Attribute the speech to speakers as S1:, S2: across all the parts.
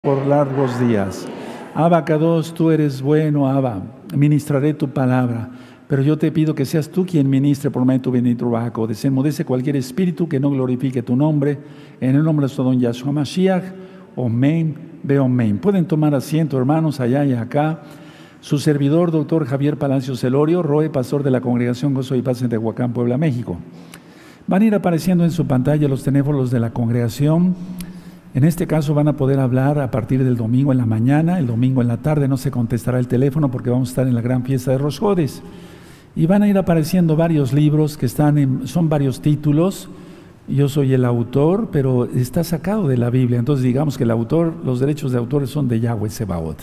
S1: por largos días. Abacados, tú eres bueno, Abba, ministraré tu palabra, pero yo te pido que seas tú quien ministre por medio de tu bendito Baco. Desenmudece cualquier espíritu que no glorifique tu nombre, en el nombre de su don Yahshua Mashiach, Omen, Beomen. Pueden tomar asiento, hermanos, allá y acá. Su servidor, doctor Javier Palacios Celorio, Roe, pastor de la Congregación Gozo y Paz en Tehuacán, Puebla, México. Van a ir apareciendo en su pantalla los teléfonos de la congregación. En este caso van a poder hablar a partir del domingo en la mañana, el domingo en la tarde no se contestará el teléfono porque vamos a estar en la gran fiesta de Rosh Hodesh. Y van a ir apareciendo varios libros que son varios títulos. Yo soy el autor, pero está sacado de la Biblia. Entonces digamos que el autor, los derechos de autor son de Yahweh Sebaot.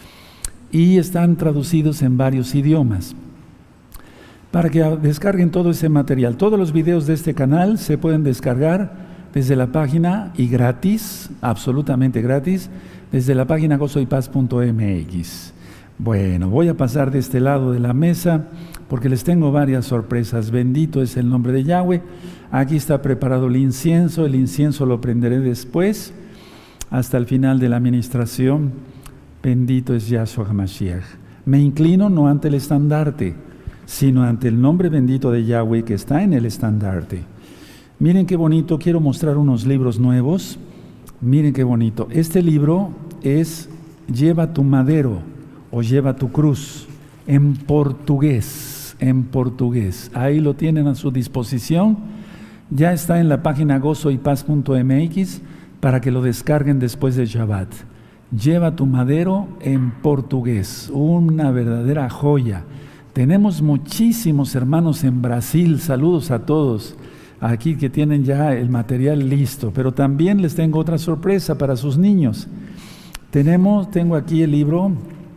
S1: Y están traducidos en varios idiomas. Para que descarguen todo ese material. Todos los videos de este canal se pueden descargar desde la página y gratis, absolutamente gratis, desde la página gozoypaz.mx. Bueno, voy a pasar de este lado de la mesa porque les tengo varias sorpresas. Bendito es el nombre de Yahweh. Aquí está preparado el incienso lo prenderé después, hasta el final de la administración. Bendito es Yahshua HaMashiach. Me inclino no ante el estandarte, sino ante el nombre bendito de Yahweh que está en el estandarte. Miren qué bonito, quiero mostrar unos libros nuevos. Miren qué bonito. Este libro es Lleva tu madero o Lleva tu cruz en portugués, Ahí lo tienen a su disposición. Ya está en la página gozoypaz.mx para que lo descarguen después de Shabbat. Lleva tu madero en portugués, una verdadera joya. Tenemos muchísimos hermanos en Brasil, saludos a todos. Aquí que tienen ya el material listo, pero también les tengo otra sorpresa para sus niños. Tengo aquí el libro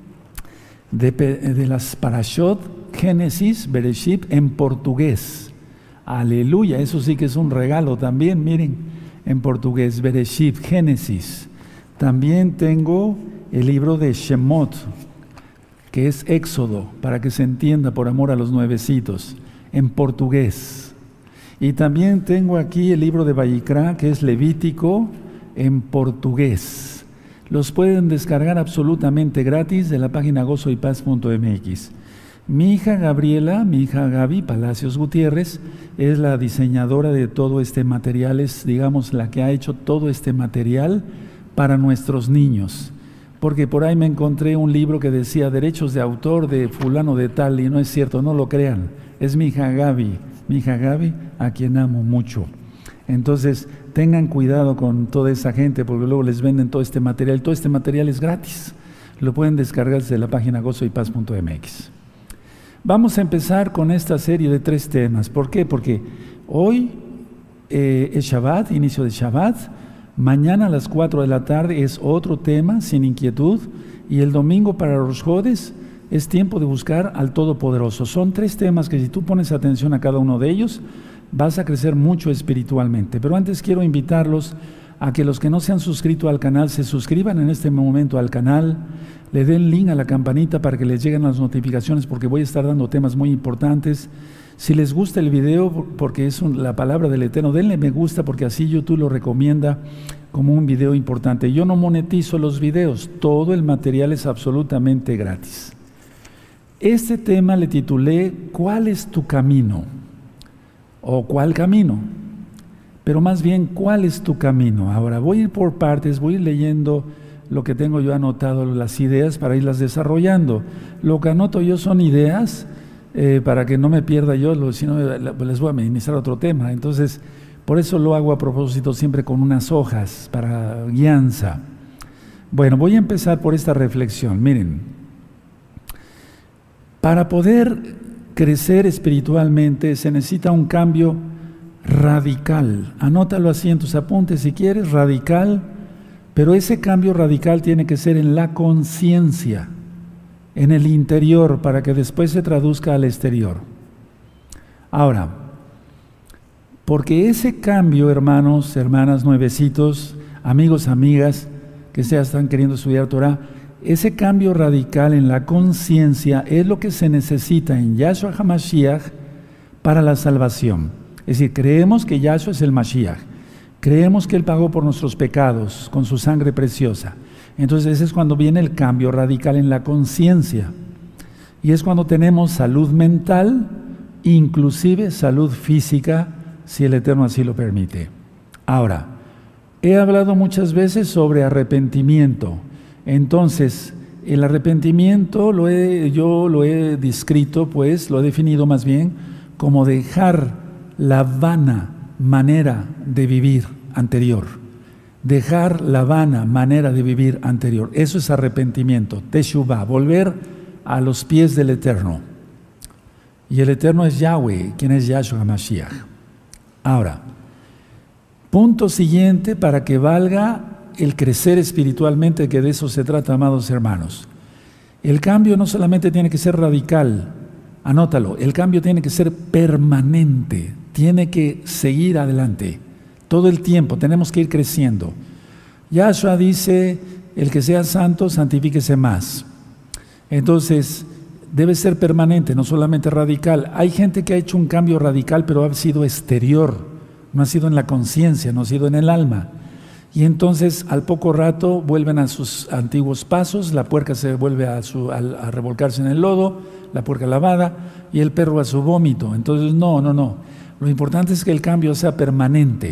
S1: de las Parashot, Génesis, Bereshit, en portugués. Aleluya, eso sí que es un regalo también, miren, en portugués, Bereshit, Génesis. También tengo el libro de Shemot, que es Éxodo, para que se entienda por amor a los nuevecitos, en portugués. Y también tengo aquí el libro de Vayikra, que es Levítico, en portugués. Los pueden descargar absolutamente gratis de la página gozoypaz.mx. Mi hija Gaby Palacios Gutiérrez, es la diseñadora de todo este material, es, digamos, la que ha hecho todo este material para nuestros niños. Porque por ahí me encontré un libro que decía derechos de autor de fulano de tal, y no es cierto, no lo crean. Es mi hija Gaby, a quien amo mucho. Entonces, tengan cuidado con toda esa gente, porque luego les venden todo este material. Todo este material es gratis. Lo pueden descargar desde la página gozoypaz.mx. Vamos a empezar con esta serie de 3 temas. ¿Por qué? Porque hoy es Shabbat, inicio de Shabbat. Mañana a las 4 de la tarde es otro tema, sin inquietud. Y el domingo para Rosh Hodesh es tiempo de buscar al Todopoderoso. Son 3 temas que si tú pones atención a cada uno de ellos, vas a crecer mucho espiritualmente. Pero antes quiero invitarlos a que los que no se han suscrito al canal, se suscriban en este momento al canal, le den link a la campanita para que les lleguen las notificaciones, porque voy a estar dando temas muy importantes. Si les gusta el video, porque es la palabra del Eterno, denle me gusta, porque así YouTube lo recomienda como un video importante. Yo no monetizo los videos, todo el material es absolutamente gratis. Este tema le titulé ¿Cuál es tu camino? O ¿cuál camino? Pero más bien, ¿cuál es tu camino? Ahora voy a ir por partes, voy a ir leyendo lo que tengo yo anotado, las ideas para irlas desarrollando. Lo que anoto yo son ideas para que no me pierda yo, si no les voy a ministrar otro tema. Entonces, por eso lo hago a propósito siempre con unas hojas para guianza. Bueno, voy a empezar por esta reflexión. Miren, para poder crecer espiritualmente se necesita un cambio radical. Anótalo así en tus apuntes si quieres, radical, pero ese cambio radical tiene que ser en la conciencia, en el interior, para que después se traduzca al exterior. Ahora, porque ese cambio, hermanos, hermanas, nuevecitos, amigos, amigas, que ya están queriendo estudiar Torah, ese cambio radical en la conciencia es lo que se necesita en Yahshua HaMashiach para la salvación. Es decir, creemos que Yahshua es el Mashiach, creemos que Él pagó por nuestros pecados con su sangre preciosa. Entonces ese es cuando viene el cambio radical en la conciencia. Y es cuando tenemos salud mental, inclusive salud física, si el Eterno así lo permite. Ahora, he hablado muchas veces sobre arrepentimiento. Entonces, el arrepentimiento yo lo he descrito, pues, lo he definido más bien como dejar la vana manera de vivir anterior. Dejar la vana manera de vivir anterior. Eso es arrepentimiento, teshuvah, volver a los pies del Eterno. Y el Eterno es Yahweh, quien es Yahshua HaMashiach. Ahora, punto siguiente para que valga el crecer espiritualmente, que de eso se trata, amados hermanos. El cambio no solamente tiene que ser radical, anótalo, el cambio tiene que ser permanente, tiene que seguir adelante. Todo el tiempo tenemos que ir creciendo. Yahshua dice, el que sea santo, santifíquese más. Entonces, debe ser permanente, no solamente radical. Hay gente que ha hecho un cambio radical, pero ha sido exterior, no ha sido en la conciencia, no ha sido en el alma. Y entonces, al poco rato, vuelven a sus antiguos pasos, la puerca se vuelve a revolcarse en el lodo, la puerca lavada, y el perro a su vómito. Entonces, no. Lo importante es que el cambio sea permanente.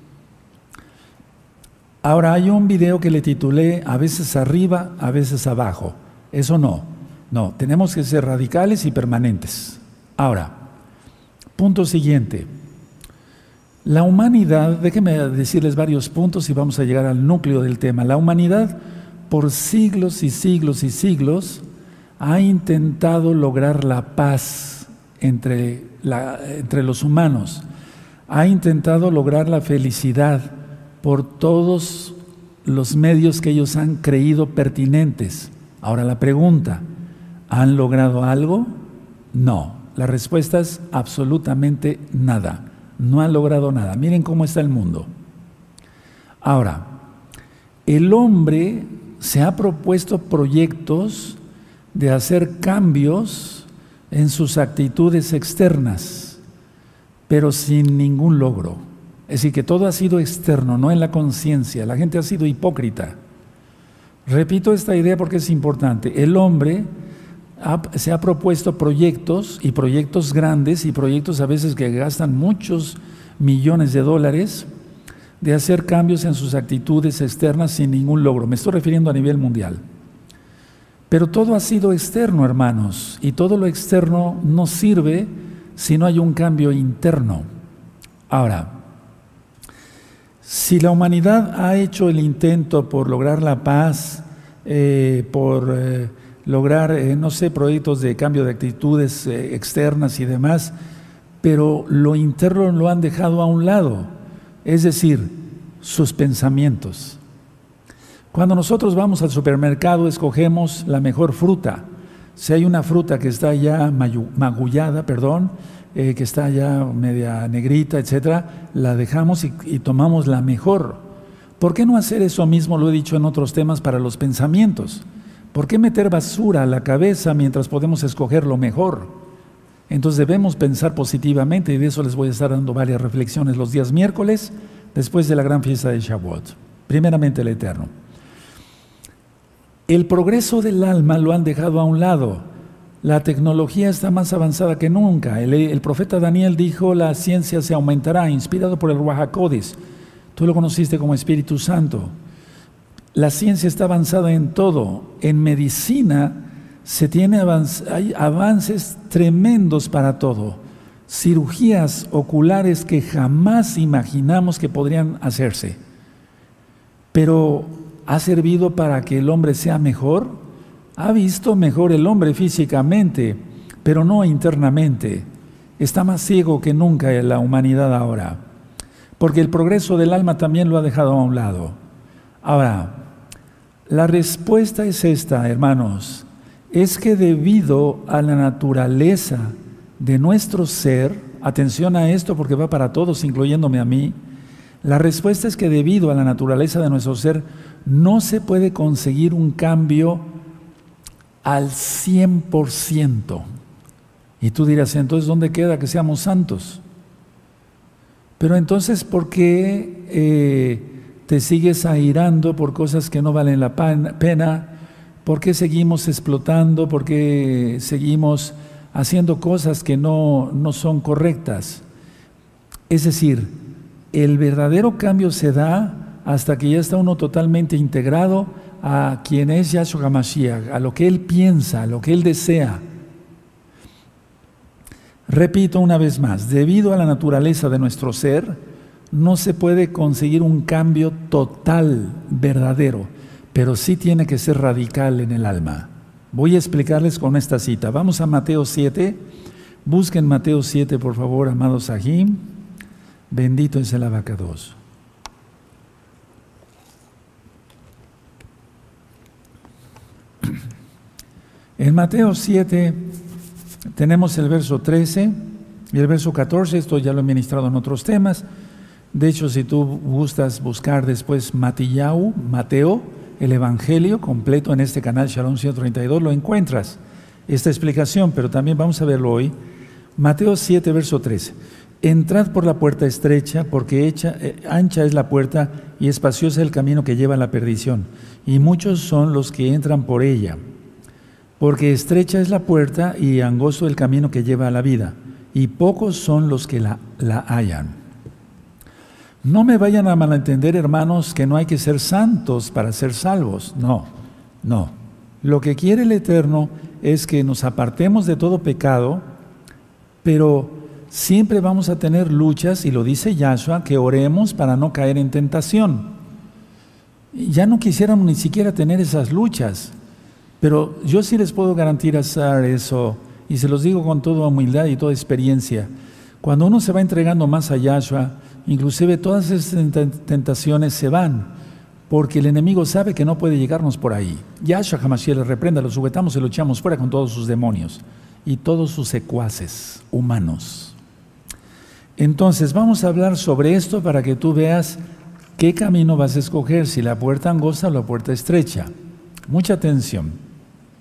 S1: Ahora, hay un video que le titulé a veces arriba, a veces abajo. Eso no, tenemos que ser radicales y permanentes. Ahora, punto siguiente. La humanidad, déjenme decirles varios puntos y vamos a llegar al núcleo del tema. La humanidad, por siglos y siglos y siglos, ha intentado lograr la paz entre los humanos. Ha intentado lograr la felicidad por todos los medios que ellos han creído pertinentes. Ahora la pregunta, ¿han logrado algo? No, la respuesta es absolutamente nada. No han logrado nada. Miren cómo está el mundo. Ahora, el hombre se ha propuesto proyectos de hacer cambios en sus actitudes externas, pero sin ningún logro. Es decir, que todo ha sido externo, no en la conciencia. La gente ha sido hipócrita. Repito esta idea porque es importante. El hombre se ha propuesto proyectos, y proyectos grandes, y proyectos a veces que gastan muchos millones de dólares, de hacer cambios en sus actitudes externas sin ningún logro. Me estoy refiriendo a nivel mundial. Pero todo ha sido externo, hermanos, y todo lo externo no sirve si no hay un cambio interno. Ahora, si la humanidad ha hecho el intento por lograr la paz, por lograr, proyectos de cambio de actitudes externas y demás, pero lo interno lo han dejado a un lado, es decir, sus pensamientos. Cuando nosotros vamos al supermercado, escogemos la mejor fruta. Si hay una fruta que está ya magullada, que está ya media negrita, etcétera, la dejamos y tomamos la mejor. ¿Por qué no hacer eso mismo? Lo he dicho en otros temas para los pensamientos. ¿Por qué meter basura a la cabeza mientras podemos escoger lo mejor? Entonces debemos pensar positivamente, y de eso les voy a estar dando varias reflexiones los días miércoles, después de la gran fiesta de Shavuot. Primeramente el Eterno. El progreso del alma lo han dejado a un lado. La tecnología está más avanzada que nunca. El profeta Daniel dijo, la ciencia se aumentará, inspirado por el Ruach HaKodesh. Tú lo conociste como Espíritu Santo. La ciencia está avanzada en todo. En medicina hay avances tremendos para todo. Cirugías oculares que jamás imaginamos que podrían hacerse. Pero ¿ha servido para que el hombre sea mejor? Ha visto mejor el hombre físicamente, pero no internamente. Está más ciego que nunca en la humanidad ahora, porque el progreso del alma también lo ha dejado a un lado. Ahora, la respuesta es esta, hermanos, es que debido a la naturaleza de nuestro ser, atención a esto porque va para todos, incluyéndome a mí, la respuesta es que debido a la naturaleza de nuestro ser, no se puede conseguir un cambio al 100%. Y tú dirás, entonces, ¿dónde queda que seamos santos? Pero entonces, ¿por qué te sigues airando por cosas que no valen la pena? ¿Por qué seguimos explotando? ¿Por qué seguimos haciendo cosas que no son correctas? Es decir, el verdadero cambio se da hasta que ya está uno totalmente integrado a quien es Yahshua HaMashiach, a lo que Él piensa, a lo que Él desea. Repito una vez más, debido a la naturaleza de nuestro ser, no se puede conseguir un cambio total, verdadero, pero sí tiene que ser radical en el alma. Voy a explicarles con esta cita. Vamos a Mateo 7. Busquen Mateo 7, por favor, amados Sahim. Bendito es el Abacados. En Mateo 7 tenemos el verso 13 y el verso 14, esto ya lo he ministrado en otros temas. De hecho, si tú gustas buscar después Mateo, el Evangelio completo en este canal Shalom 132, lo encuentras, esta explicación, pero también vamos a verlo hoy. Mateo 7, verso 13. Entrad por la puerta estrecha, porque ancha es la puerta y espacioso el camino que lleva a la perdición, y muchos son los que entran por ella. Porque estrecha es la puerta y angosto el camino que lleva a la vida, y pocos son los que la hallan. No me vayan a malentender, hermanos, que no hay que ser santos para ser salvos. No. Lo que quiere el Eterno es que nos apartemos de todo pecado, pero siempre vamos a tener luchas, y lo dice Yahshua, que oremos para no caer en tentación. Ya no quisiéramos ni siquiera tener esas luchas, pero yo sí les puedo garantizar eso, y se los digo con toda humildad y toda experiencia. Cuando uno se va entregando más a Yahshua, inclusive todas esas tentaciones se van, porque el enemigo sabe que no puede llegarnos por ahí. Yahshua HaMashiach le reprenda, lo sujetamos y lo echamos fuera con todos sus demonios y todos sus secuaces humanos. Entonces vamos a hablar sobre esto para que tú veas qué camino vas a escoger, si la puerta angosta o la puerta estrecha. Mucha atención.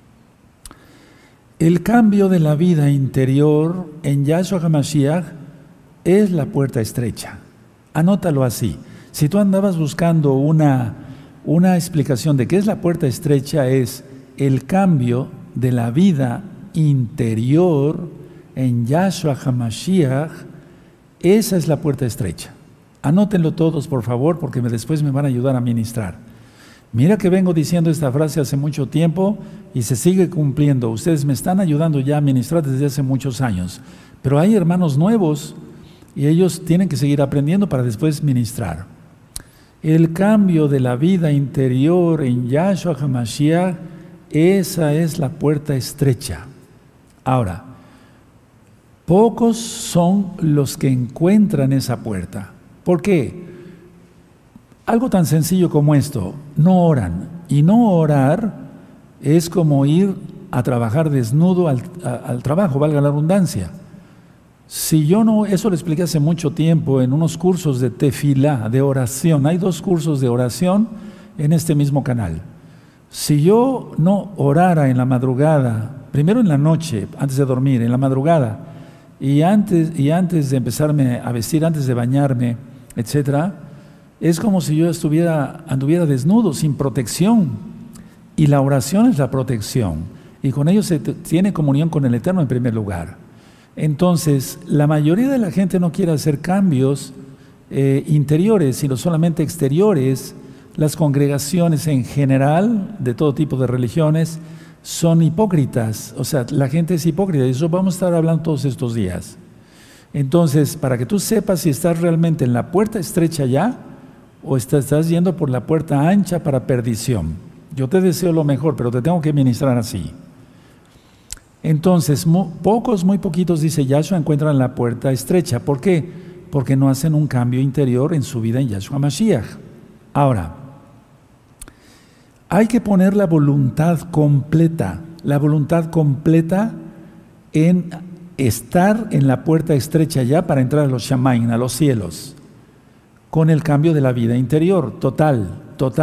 S1: El cambio de la vida interior en Yahshua HaMashiach es la puerta estrecha. Anótalo así. Si tú andabas buscando una explicación de qué es la puerta estrecha, es el cambio de la vida interior en Yahshua HaMashiach. Esa es la puerta estrecha. Anótenlo todos, por favor, porque después me van a ayudar a ministrar. Mira que vengo diciendo esta frase hace mucho tiempo y se sigue cumpliendo. Ustedes me están ayudando ya a ministrar desde hace muchos años. Pero hay hermanos nuevos y ellos tienen que seguir aprendiendo para después ministrar. El cambio de la vida interior en Yahshua HaMashiach, esa es la puerta estrecha. Ahora, pocos son los que encuentran esa puerta. ¿Por qué? Algo tan sencillo como esto, no oran. Y no orar es como ir a trabajar desnudo al trabajo, valga la redundancia. Si yo no, eso lo expliqué hace mucho tiempo en unos cursos de tefilá, de oración. Hay 2 cursos de oración en este mismo canal. Si yo no orara en la madrugada, primero en la noche, antes de dormir, en la madrugada, y antes de empezarme a vestir, antes de bañarme, etcétera, es como si yo anduviera desnudo, sin protección. Y la oración es la protección. Y con ello se tiene comunión con el Eterno en primer lugar. Entonces, la mayoría de la gente no quiere hacer cambios interiores, sino solamente exteriores. Las congregaciones en general, de todo tipo de religiones, son hipócritas. O sea, la gente es hipócrita. Y eso vamos a estar hablando todos estos días. Entonces, para que tú sepas si estás realmente en la puerta estrecha ya, o estás yendo por la puerta ancha para perdición. Yo te deseo lo mejor, pero te tengo que ministrar así. Entonces, muy poquitos, dice Yahshua, encuentran la puerta estrecha. ¿Por qué? Porque no hacen un cambio interior en su vida en Yahshua HaMashiach. Ahora, hay que poner la voluntad completa en estar en la puerta estrecha ya para entrar a los Shamaim, a los cielos, con el cambio de la vida interior, total.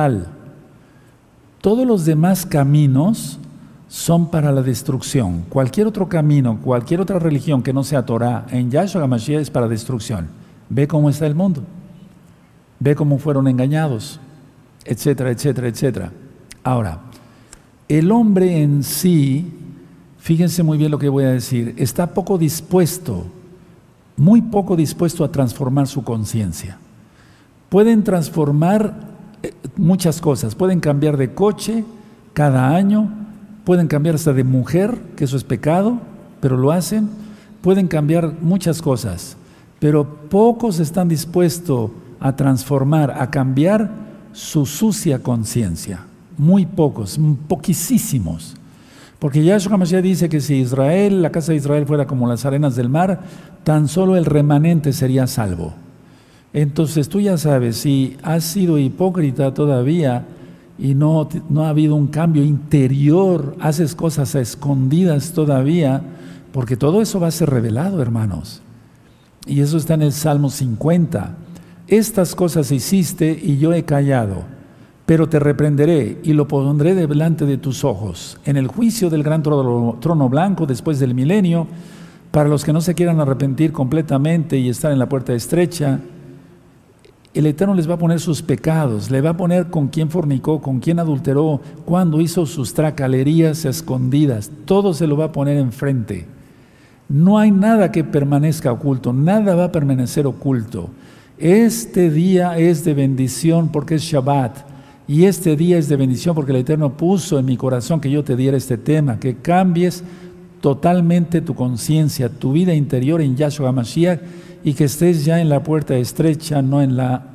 S1: Todos los demás caminos son para la destrucción. Cualquier otro camino, cualquier otra religión que no sea Torah, en Yahshua HaMashiach es para destrucción. Ve cómo está el mundo. Ve cómo fueron engañados, etcétera, etcétera, etcétera. Ahora, el hombre en sí, fíjense muy bien lo que voy a decir, está poco dispuesto, muy poco dispuesto a transformar su conciencia. Pueden transformar muchas cosas, pueden cambiar de coche cada año, pueden cambiar hasta de mujer, que eso es pecado, pero lo hacen, pueden cambiar muchas cosas, pero pocos están dispuestos a transformar, a cambiar su sucia conciencia. Muy pocos, poquísimos. Porque Yahshua HaMashiach dice que si Israel, la casa de Israel fuera como las arenas del mar, tan solo el remanente sería salvo. Entonces tú ya sabes, si has sido hipócrita todavía y no ha habido un cambio interior, haces cosas a escondidas todavía, porque todo eso va a ser revelado, hermanos. Y eso está en el Salmo 50. Estas cosas hiciste y yo he callado, pero te reprenderé y lo pondré delante de tus ojos, en el juicio del gran trono blanco después del milenio, para los que no se quieran arrepentir completamente y estar en la puerta estrecha. El Eterno les va a poner sus pecados, le va a poner con quién fornicó, con quién adulteró, cuándo hizo sus tracalerías escondidas, todo se lo va a poner enfrente. No hay nada que permanezca oculto, nada va a permanecer oculto. Este día es de bendición porque es Shabbat, y este día es de bendición porque el Eterno puso en mi corazón que yo te diera este tema, que cambies totalmente tu conciencia, tu vida interior en Yahshua HaMashiach, y que estés ya en la puerta estrecha, no en la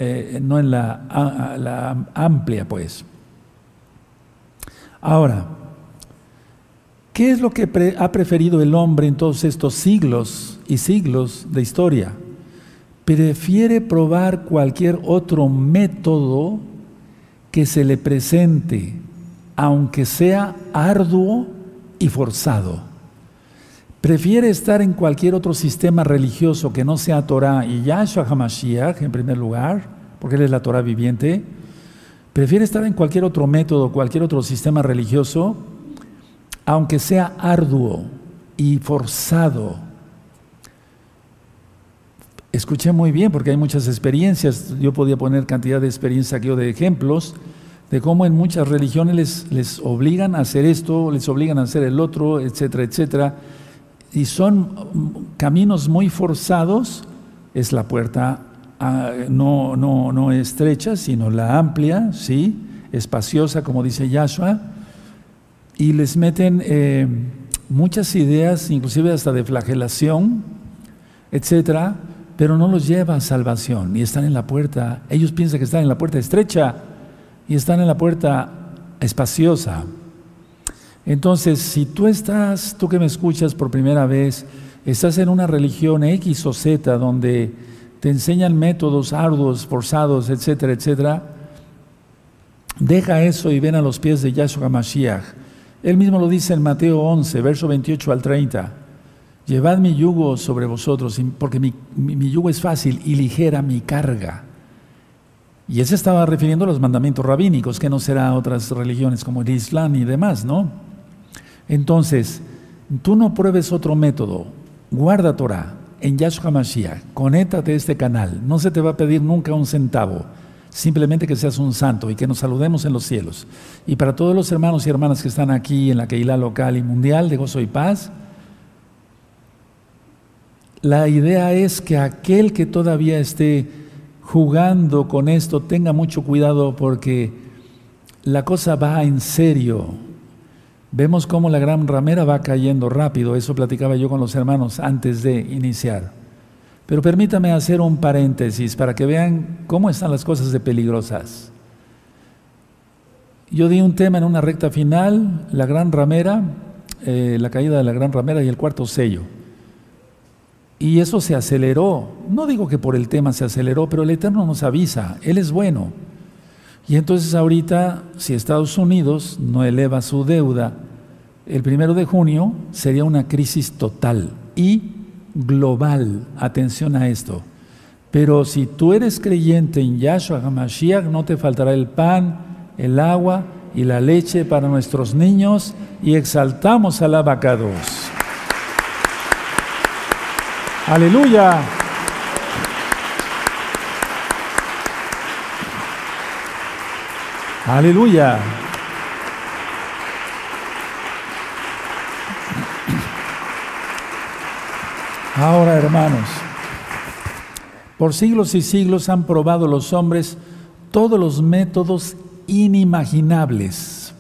S1: amplia, pues. Ahora, ¿qué es lo que ha preferido el hombre en todos estos siglos y siglos de historia? Prefiere probar cualquier otro método que se le presente, aunque sea arduo y forzado. Prefiere estar en cualquier otro sistema religioso que no sea Torah y Yahshua HaMashiach en primer lugar, porque Él es la Torah viviente. Prefiere estar en cualquier otro método, cualquier otro sistema religioso, aunque sea arduo y forzado. Escuché muy bien porque hay muchas experiencias, yo podía poner cantidad de experiencias aquí o de ejemplos de cómo en muchas religiones les obligan a hacer esto, les obligan a hacer el otro, etcétera, etcétera, y son caminos muy forzados. Es la puerta no estrecha, sino la amplia, ¿sí? Espaciosa, como dice Yahshua, y les meten muchas ideas, inclusive hasta de flagelación, etcétera, pero no los lleva a salvación y están en la puerta. Ellos piensan que están en la puerta estrecha y están en la puerta espaciosa. Entonces, si tú que me escuchas por primera vez, estás en una religión X o Z donde te enseñan métodos arduos, forzados, etcétera, etcétera, deja eso y ven a los pies de Yahshua HaMashiach. Él mismo lo dice en Mateo 11, verso 28 al 30. Llevad mi yugo sobre vosotros, porque mi yugo es fácil y ligera mi carga. Y él se estaba refiriendo a los mandamientos rabínicos, que no será a otras religiones como el Islam y demás, ¿no? Entonces, tú no pruebes otro método, guarda Torah en Yahshua HaMashiach, conéctate a este canal, no se te va a pedir nunca un centavo, simplemente que seas un santo y que nos saludemos en los cielos. Y para todos los hermanos y hermanas que están aquí en la Keilah local y mundial de Gozo y Paz, la idea es que aquel que todavía esté jugando con esto tenga mucho cuidado, porque la cosa va en serio. Vemos cómo la gran ramera va cayendo rápido, eso platicaba yo con los hermanos antes de iniciar. Pero permítame hacer un paréntesis para que vean cómo están las cosas de peligrosas. Yo di un tema en una recta final, la gran ramera, la caída de la gran ramera y el cuarto sello. Y eso se aceleró. No digo que por el tema se aceleró, pero el Eterno nos avisa, Él es bueno. Y entonces ahorita, si Estados Unidos no eleva su deuda, el 1 de junio sería una crisis total y global. Atención a esto. Pero si tú eres creyente en Yahshua HaMashiach, no te faltará el pan, el agua y la leche para nuestros niños, y exaltamos al Abacados. ¡Aleluya! Aleluya. Ahora, hermanos, por siglos y siglos han probado los hombres todos los métodos inimaginables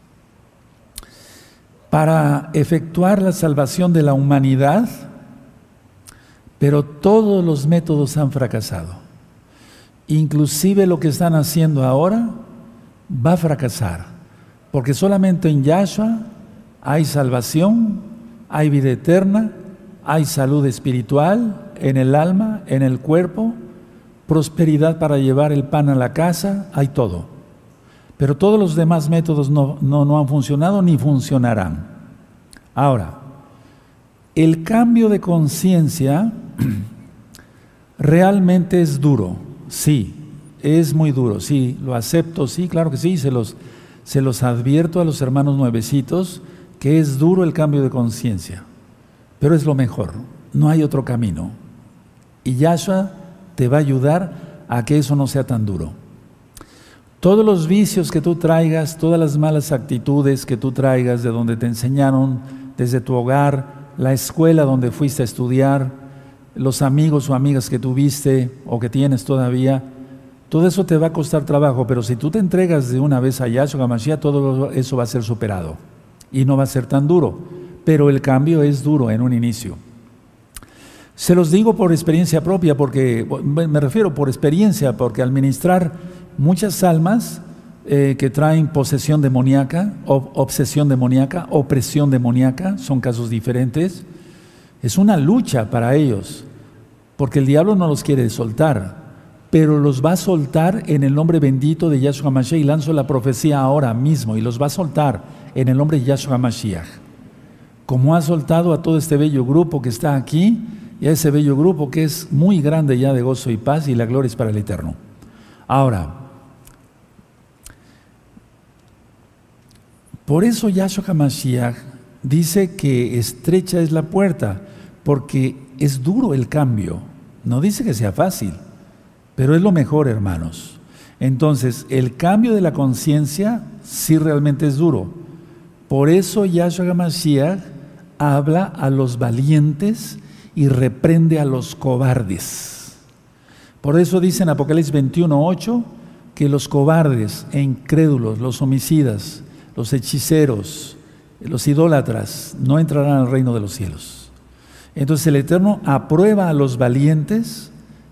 S1: para efectuar la salvación de la humanidad, pero todos los métodos han fracasado. Inclusive lo que están haciendo ahora va a fracasar, porque solamente en Yahshua hay salvación, hay vida eterna, hay salud espiritual en el alma, en el cuerpo, prosperidad para llevar el pan a la casa, hay todo. Pero todos los demás métodos no han funcionado ni funcionarán. Ahora, el cambio de conciencia realmente es duro, sí, es muy duro, sí, lo acepto, sí, claro que sí, se los advierto a los hermanos nuevecitos que es duro el cambio de conciencia, pero es lo mejor, no hay otro camino. Y Yahshua te va a ayudar a que eso no sea tan duro. Todos los vicios que tú traigas, todas las malas actitudes que tú traigas de donde te enseñaron, desde tu hogar, la escuela donde fuiste a estudiar, los amigos o amigas que tuviste o que tienes todavía, todo eso te va a costar trabajo, pero si tú te entregas de una vez a Yahshua HaMashiach, todo eso va a ser superado y no va a ser tan duro, pero el cambio es duro en un inicio. Se los digo por experiencia propia, porque me refiero por experiencia, porque al ministrar muchas almas que traen posesión demoníaca, obsesión demoníaca, opresión demoníaca, son casos diferentes, es una lucha para ellos, porque el diablo no los quiere soltar, pero los va a soltar en el nombre bendito de Yahshua HaMashiach, y lanzo la profecía ahora mismo, y los va a soltar en el nombre de Yahshua HaMashiach, como ha soltado a todo este bello grupo que está aquí, y a ese bello grupo que es muy grande ya de gozo y paz, y la gloria es para el Eterno. Ahora, por eso Yahshua HaMashiach dice que estrecha es la puerta, porque es duro el cambio. No dice que sea fácil, pero es lo mejor, hermanos. Entonces, el cambio de la conciencia sí realmente es duro. Por eso Yahshua HaMashiach habla a los valientes y reprende a los cobardes. Por eso dice en Apocalipsis 21:8 que los cobardes e incrédulos, los homicidas, los hechiceros, los idólatras, no entrarán al reino de los cielos. Entonces el Eterno aprueba a los valientes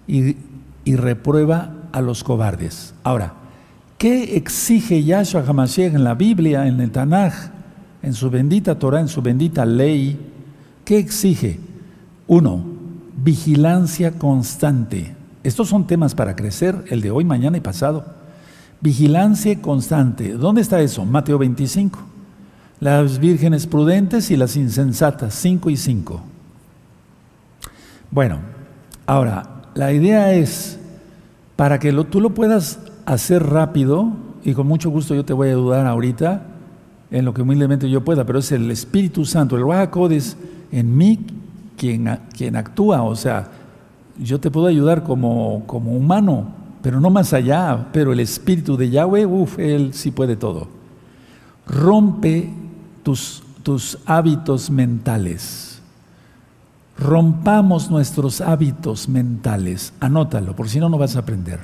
S1: y reprueba a los cobardes. Ahora, ¿qué exige Yahshua HaMashiach en la Biblia, en el Tanaj, en su bendita Torah, en su bendita ley? ¿Qué exige? 1. Vigilancia constante. Estos son temas para crecer, el de hoy, mañana y pasado. Vigilancia constante. ¿Dónde está eso? Mateo 25. Las vírgenes prudentes y las insensatas, 5 y 5. Bueno, ahora, la idea es, para que tú lo puedas hacer rápido, y con mucho gusto yo te voy a ayudar ahorita, en lo que humildemente yo pueda, pero es el Espíritu Santo, el Ruach HaKodesh en mí, quien actúa. O sea, yo te puedo ayudar como humano, pero no más allá, pero el Espíritu de Yahweh, Él sí puede todo. Rompe tus hábitos mentales. Rompamos nuestros hábitos mentales. Anótalo, por si no, no vas a aprender.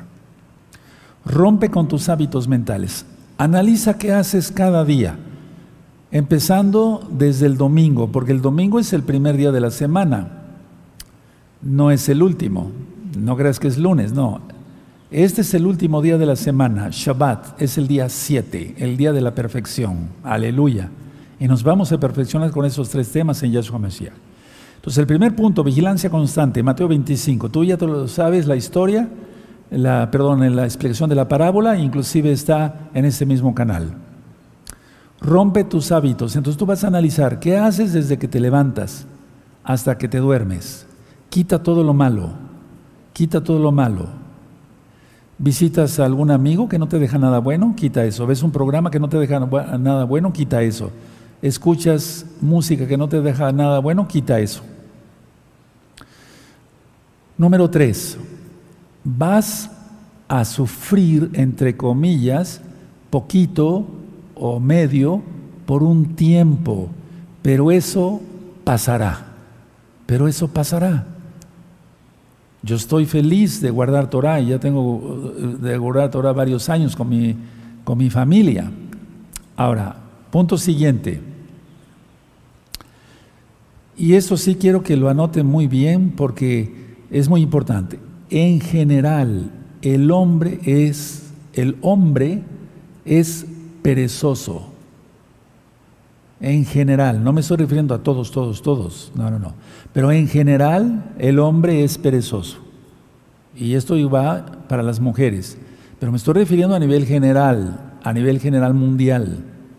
S1: Rompe con tus hábitos mentales. Analiza qué haces cada día, empezando desde el domingo, porque el domingo es el primer día de la semana, no es el último. No creas que es lunes, no. Este es el último día de la semana. Shabbat es el día 7, el día de la perfección. Aleluya. Y nos vamos a perfeccionar con esos 3 temas en Yahshua HaMashiach. Entonces, el primer punto, vigilancia constante, Mateo 25. Tú ya te lo sabes, la historia, en la explicación de la parábola, inclusive está en ese mismo canal. Rompe tus hábitos. Entonces tú vas a analizar qué haces desde que te levantas hasta que te duermes. Quita todo lo malo. Quita todo lo malo. ¿Visitas a algún amigo que no te deja nada bueno? Quita eso. ¿Ves un programa que no te deja nada bueno? Quita eso. ¿Escuchas música que no te deja nada bueno? Quita eso. Número 3. Vas a sufrir, entre comillas, poquito o medio por un tiempo, pero eso pasará, pero eso pasará. Yo estoy feliz de guardar Torah y ya tengo de guardar Torah varios años con mi familia. Ahora, punto siguiente. Y eso sí quiero que lo anoten muy bien porque es muy importante. En general, el hombre es perezoso. En general, no me estoy refiriendo a todos, no. Pero en general, el hombre es perezoso. Y esto va para las mujeres. Pero me estoy refiriendo a nivel general mundial.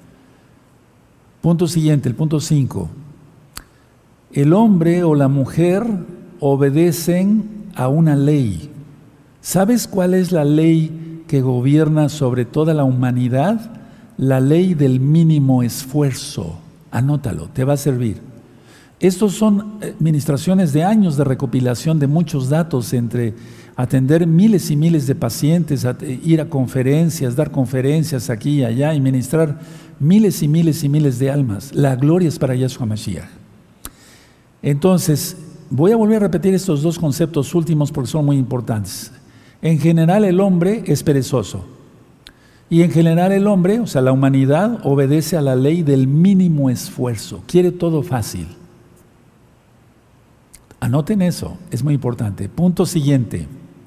S1: Punto siguiente, el punto 5. El hombre o la mujer obedecen a una ley. ¿Sabes cuál es la ley que gobierna sobre toda la humanidad? La ley del mínimo esfuerzo. Anótalo, te va a servir. Estos son ministraciones de años de recopilación de muchos datos entre atender miles y miles de pacientes, ir a conferencias, dar conferencias aquí y allá y ministrar miles y miles y miles de almas. La gloria es para Yahshua Mashiach. Entonces, voy a volver a repetir estos dos conceptos últimos porque son muy importantes. En general, el hombre es perezoso. Y en general el hombre, o sea, la humanidad, obedece a la ley del mínimo esfuerzo. Quiere todo fácil. Anoten eso, es muy importante. Punto siguiente.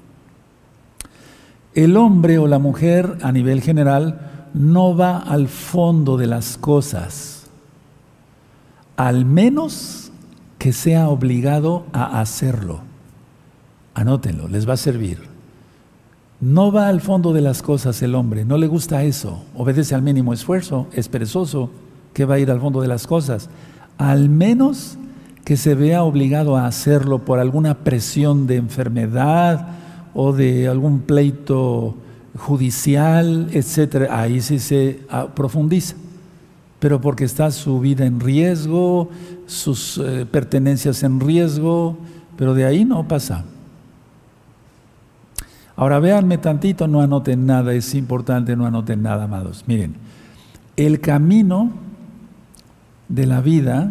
S1: El hombre o la mujer, a nivel general, no va al fondo de las cosas, al menos que sea obligado a hacerlo. Anótenlo, les va a servir. No va al fondo de las cosas el hombre, no le gusta eso, obedece al mínimo esfuerzo, es perezoso, que va a ir al fondo de las cosas, al menos que se vea obligado a hacerlo por alguna presión de enfermedad o de algún pleito judicial, etcétera. Ahí sí se profundiza, pero porque está su vida en riesgo, sus pertenencias en riesgo, pero de ahí no pasa. Ahora véanme tantito, no anoten nada, es importante, no anoten nada, amados. Miren, el camino de la vida,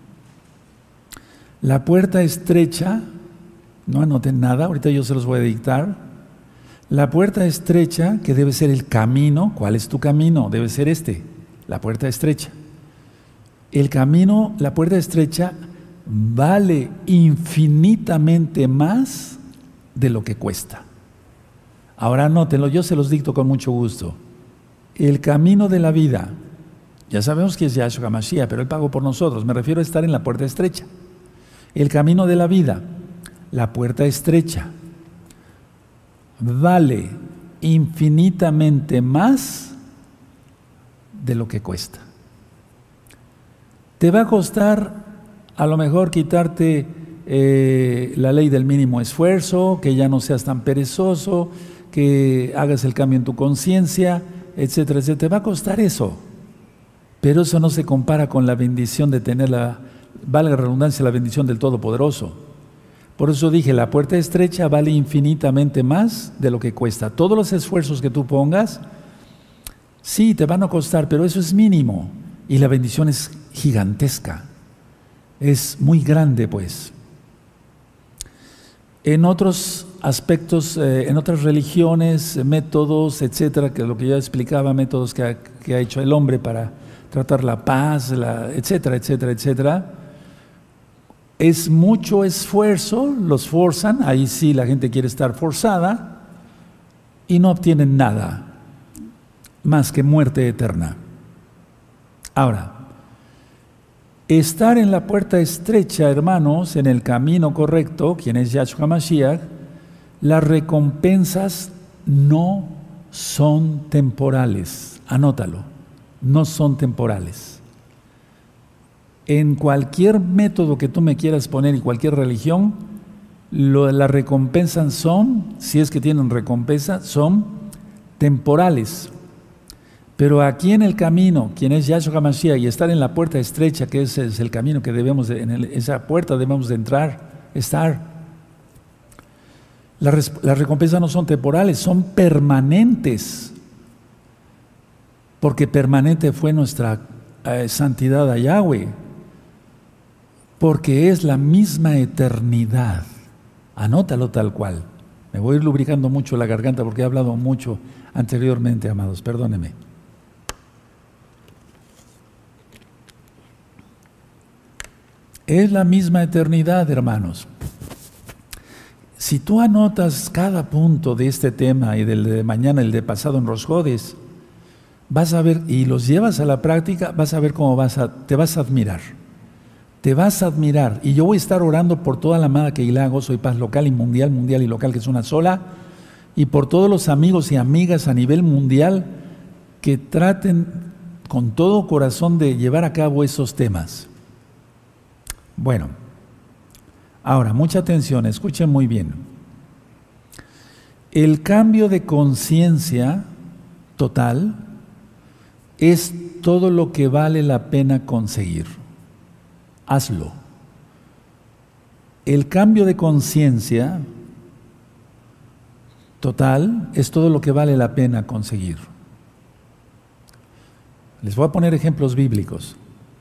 S1: la puerta estrecha, no anoten nada, ahorita yo se los voy a dictar. La puerta estrecha, que debe ser el camino, ¿cuál es tu camino? Debe ser la puerta estrecha. El camino, la puerta estrecha, vale infinitamente más de lo que cuesta. Ahora anótenlo, yo se los dicto con mucho gusto. El camino de la vida, ya sabemos que es Yahshua HaMashiach, pero Él pagó por nosotros, me refiero a estar en la puerta estrecha. El camino de la vida, la puerta estrecha, vale infinitamente más de lo que cuesta. Te va a costar a lo mejor quitarte la ley del mínimo esfuerzo, que ya no seas tan perezoso, que hagas el cambio en tu conciencia, etcétera, etcétera. Te va a costar eso, pero eso no se compara con la bendición de tener valga la redundancia, la bendición del Todopoderoso. Por eso dije, la puerta estrecha vale infinitamente más de lo que cuesta. Todos los esfuerzos que tú pongas, sí, te van a costar, pero eso es mínimo. Y la bendición es gigantesca. Es muy grande, pues. En otros aspectos, en otras religiones, métodos, etcétera, que lo que ya explicaba, métodos que ha hecho el hombre para tratar la paz, etcétera, etcétera, etcétera, es mucho esfuerzo, los forzan, ahí sí la gente quiere estar forzada y no obtienen nada más que muerte eterna. Ahora, estar en la puerta estrecha, hermanos, en el camino correcto, quien es Yahshua HaMashiach, las recompensas no son temporales. Anótalo, no son temporales. En cualquier método que tú me quieras poner y cualquier religión, las recompensas son, si es que tienen recompensa, son temporales. Pero aquí en el camino, quien es Yahshua HaMashiach, y estar en la puerta estrecha, que ese es el camino que esa puerta debemos de estar. Las recompensas no son temporales, son permanentes. porque permanente fue nuestra santidad a Yahweh, porque es la misma eternidad. Anótalo tal cual. Me voy a ir lubricando mucho la garganta porque he hablado mucho anteriormente, amados, perdónenme. Es la misma eternidad, hermanos. Si tú anotas cada punto de este tema y del de mañana, el de pasado en Rosh Hodesh, vas a ver, y los llevas a la práctica, vas a ver cómo te vas a admirar. Te vas a admirar. Y yo voy a estar orando por toda la amada Kehilá Gozo y Paz local y mundial, mundial y local, que es una sola, y por todos los amigos y amigas a nivel mundial que traten con todo corazón de llevar a cabo esos temas. Bueno, ahora, mucha atención, escuchen muy bien. El cambio de conciencia total es todo lo que vale la pena conseguir. Hazlo. El cambio de conciencia total es todo lo que vale la pena conseguir. Les voy a poner ejemplos bíblicos.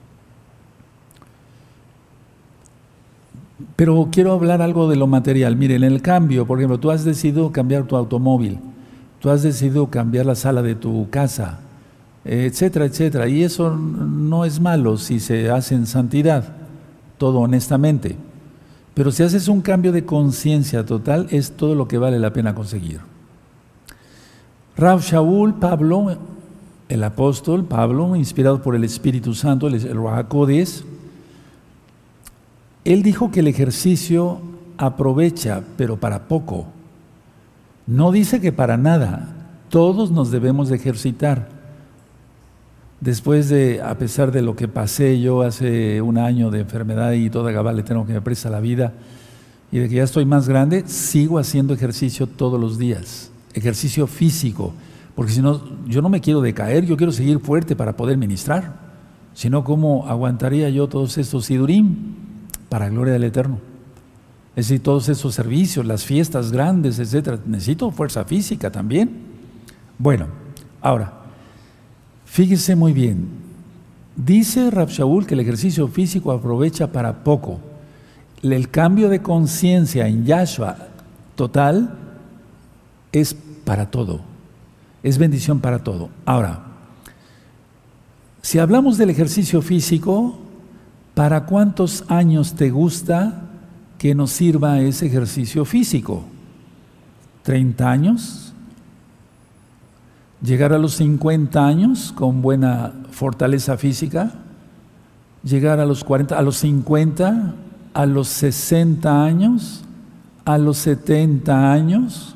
S1: Pero quiero hablar algo de lo material. Miren, el cambio, por ejemplo, tú has decidido cambiar tu automóvil, tú has decidido cambiar la sala de tu casa, etcétera, etcétera. Y eso no es malo si se hace en santidad, todo honestamente. Pero si haces un cambio de conciencia total, es todo lo que vale la pena conseguir. Rav Shaul, Pablo, el apóstol Pablo, inspirado por el Espíritu Santo, el Ruach HaKodesh, él dijo que el ejercicio aprovecha, pero para poco. No dice que para nada. Todos nos debemos de ejercitar. Después de, a pesar de lo que pasé yo hace un año de enfermedad y toda gabal tengo que me presta la vida, y de que ya estoy más grande, sigo haciendo ejercicio todos los días. Ejercicio físico, porque si no, yo no me quiero decaer, yo quiero seguir fuerte para poder ministrar. Si no, ¿cómo aguantaría yo todos estos sidurim? Para gloria del Eterno. Es decir, todos esos servicios, las fiestas grandes, etcétera. Necesito fuerza física también. Bueno, ahora, fíjese muy bien. Dice Rav Shaul que el ejercicio físico aprovecha para poco. El cambio de conciencia en Yahshua total es para todo. Es bendición para todo. Ahora, si hablamos del ejercicio físico, ¿para cuántos años te gusta que nos sirva ese ejercicio físico? ¿30 años? ¿Llegar a los 50 años con buena fortaleza física? ¿Llegar a los 40, a los 50, a los 60 años, a los 70 años?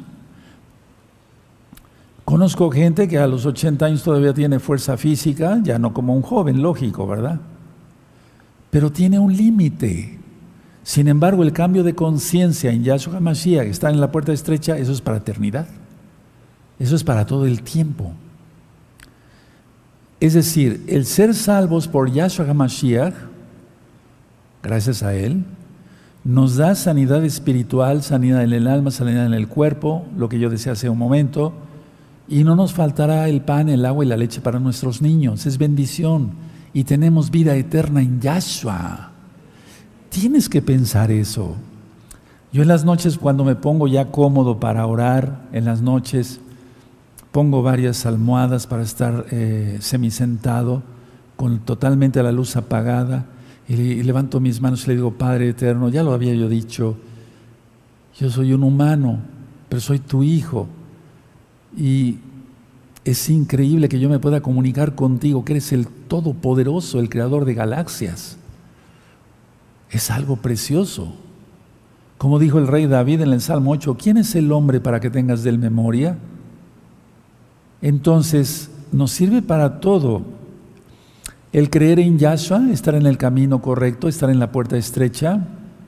S1: Conozco gente que a los 80 años todavía tiene fuerza física, ya no como un joven, lógico, ¿verdad? Pero tiene un límite. Sin embargo, el cambio de conciencia en Yahshua HaMashiach, que está en la puerta estrecha, eso es para eternidad. Eso es para todo el tiempo. Es decir, el ser salvos por Yahshua HaMashiach, gracias a Él, nos da sanidad espiritual, sanidad en el alma, sanidad en el cuerpo, lo que yo decía hace un momento, y no nos faltará el pan, el agua y la leche para nuestros niños. Es bendición. Y tenemos vida eterna en Yahshua. Tienes que pensar eso. Yo en las noches, cuando me pongo ya cómodo para orar, en las noches pongo varias almohadas para estar semisentado, con totalmente la luz apagada, y levanto mis manos y le digo: Padre eterno, ya lo había yo dicho, yo soy un humano, pero soy tu hijo, y es increíble que yo me pueda comunicar contigo, que eres el Todopoderoso, el Creador de galaxias. Es algo precioso. Como dijo el rey David en el Salmo 8, ¿quién es el hombre para que tengas de él memoria? Entonces, nos sirve para todo. El creer en Yahshua, estar en el camino correcto, estar en la puerta estrecha.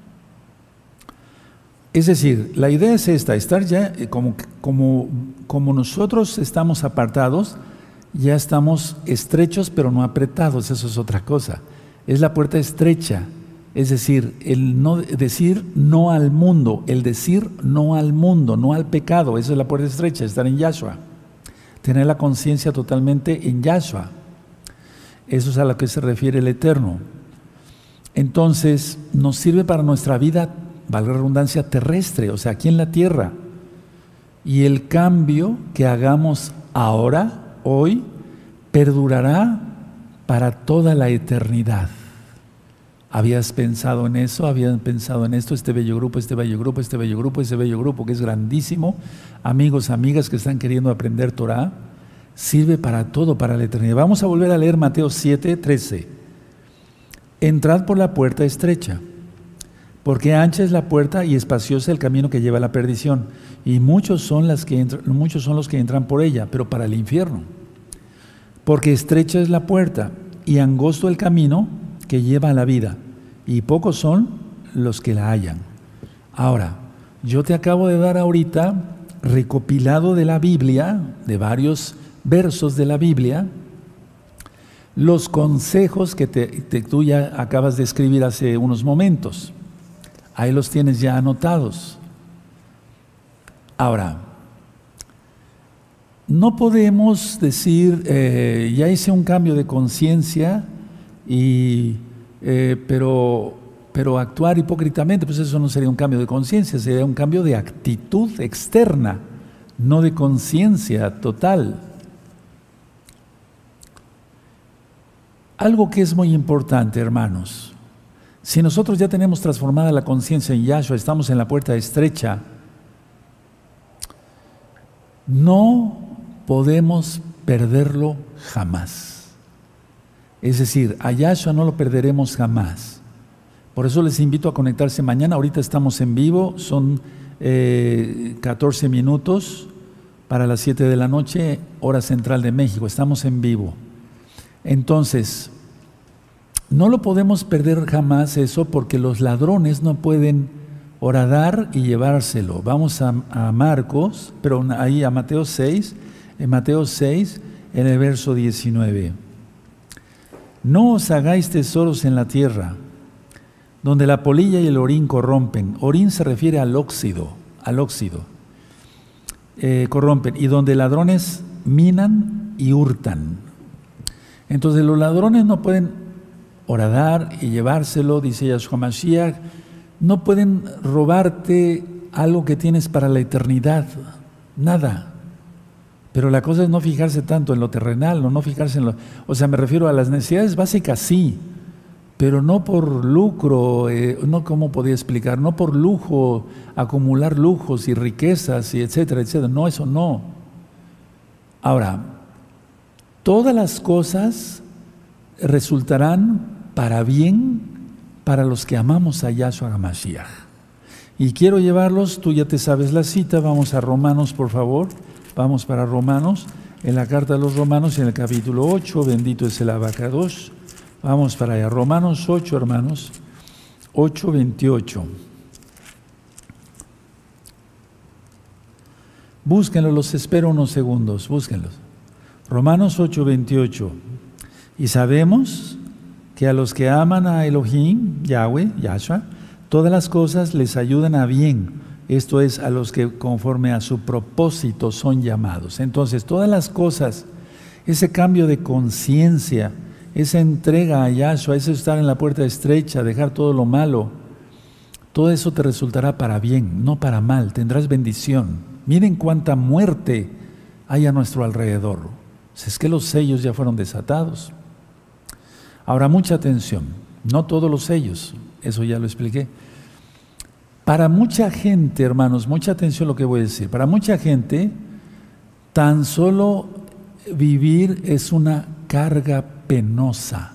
S1: Es decir, la idea es esta, estar ya como nosotros estamos apartados, ya estamos estrechos pero no apretados, eso es otra cosa. Es la puerta estrecha, es decir, el no decir no al mundo, el decir no al mundo, no al pecado, esa es la puerta estrecha, estar en Yahshua. tener la conciencia totalmente en Yahshua. Eso es a lo que se refiere el Eterno. Entonces, nos sirve para nuestra vida, valga la redundancia, terrestre, o sea, aquí en la tierra. Y el cambio que hagamos ahora, hoy, perdurará para toda la eternidad. ¿Habías pensado en eso? ¿Habían pensado en esto? Este bello grupo, este bello grupo, este bello grupo, ese bello grupo que es grandísimo. Amigos, amigas que están queriendo aprender Torah, sirve para todo, para la eternidad. Vamos a volver a leer Mateo 7:13. Entrad por la puerta estrecha, porque ancha es la puerta y espacioso el camino que lleva a la perdición, y muchos son los que entran por ella, pero para el infierno. Porque estrecha es la puerta y angosto el camino que lleva a la vida, y pocos son los que la hallan. Ahora, yo te acabo de dar ahorita recopilado de la Biblia, de varios versos de la Biblia, los consejos que tú ya acabas de escribir hace unos momentos. Ahí los tienes ya anotados. Ahora, no podemos decir, ya hice un cambio de conciencia, pero actuar hipócritamente, pues eso no sería un cambio de conciencia, sería un cambio de actitud externa, no de conciencia total. Algo que es muy importante, hermanos, si nosotros ya tenemos transformada la conciencia en Yahshua, estamos en la puerta estrecha, no podemos perderlo jamás. Es decir, a Yahshua no lo perderemos jamás. Por eso les invito a conectarse mañana. Ahorita estamos en vivo, son 14 minutos para las 7 de la noche, hora central de México. Estamos en vivo. Entonces, no lo podemos perder jamás eso, porque los ladrones no pueden horadar y llevárselo. Vamos a Marcos, pero ahí a Mateo 6, en Mateo 6, en el verso 19. No os hagáis tesoros en la tierra, donde la polilla y el orín corrompen. Orín se refiere al óxido, corrompen, y donde ladrones minan y hurtan. Entonces los ladrones no pueden horadar y llevárselo, dice Yahshua Mashiach, no pueden robarte algo que tienes para la eternidad, nada. Pero la cosa es no fijarse tanto en lo terrenal, no fijarse en o sea, me refiero a las necesidades básicas, sí, pero no por lucro, no, ¿cómo podía explicar? No por lujo, acumular lujos y riquezas y etcétera, etcétera. No, eso no. Ahora, todas las cosas resultarán para bien para los que amamos a Yahshua HaMashiach. Y quiero llevarlos, tú ya te sabes la cita, vamos a Romanos, por favor. Vamos para Romanos, en la carta de los Romanos, en el capítulo 8, bendito es el Abacadosh. Vamos para allá, Romanos 8, hermanos, 8:28. Búsquenlo, los espero unos segundos, búsquenlos. Romanos 8:28. Y sabemos que a los que aman a Elohim, Yahweh, Yahshua, todas las cosas les ayudan a bien. Esto es, a los que conforme a su propósito son llamados. Entonces, todas las cosas, ese cambio de conciencia, esa entrega a Yahshua, ese estar en la puerta estrecha, dejar todo lo malo, todo eso te resultará para bien, no para mal, tendrás bendición. Miren cuánta muerte hay a nuestro alrededor. Es que los sellos ya fueron desatados. Ahora, mucha atención, no todos los sellos, eso ya lo expliqué. Para mucha gente, hermanos, mucha atención a lo que voy a decir. Para mucha gente, tan solo vivir es una carga penosa.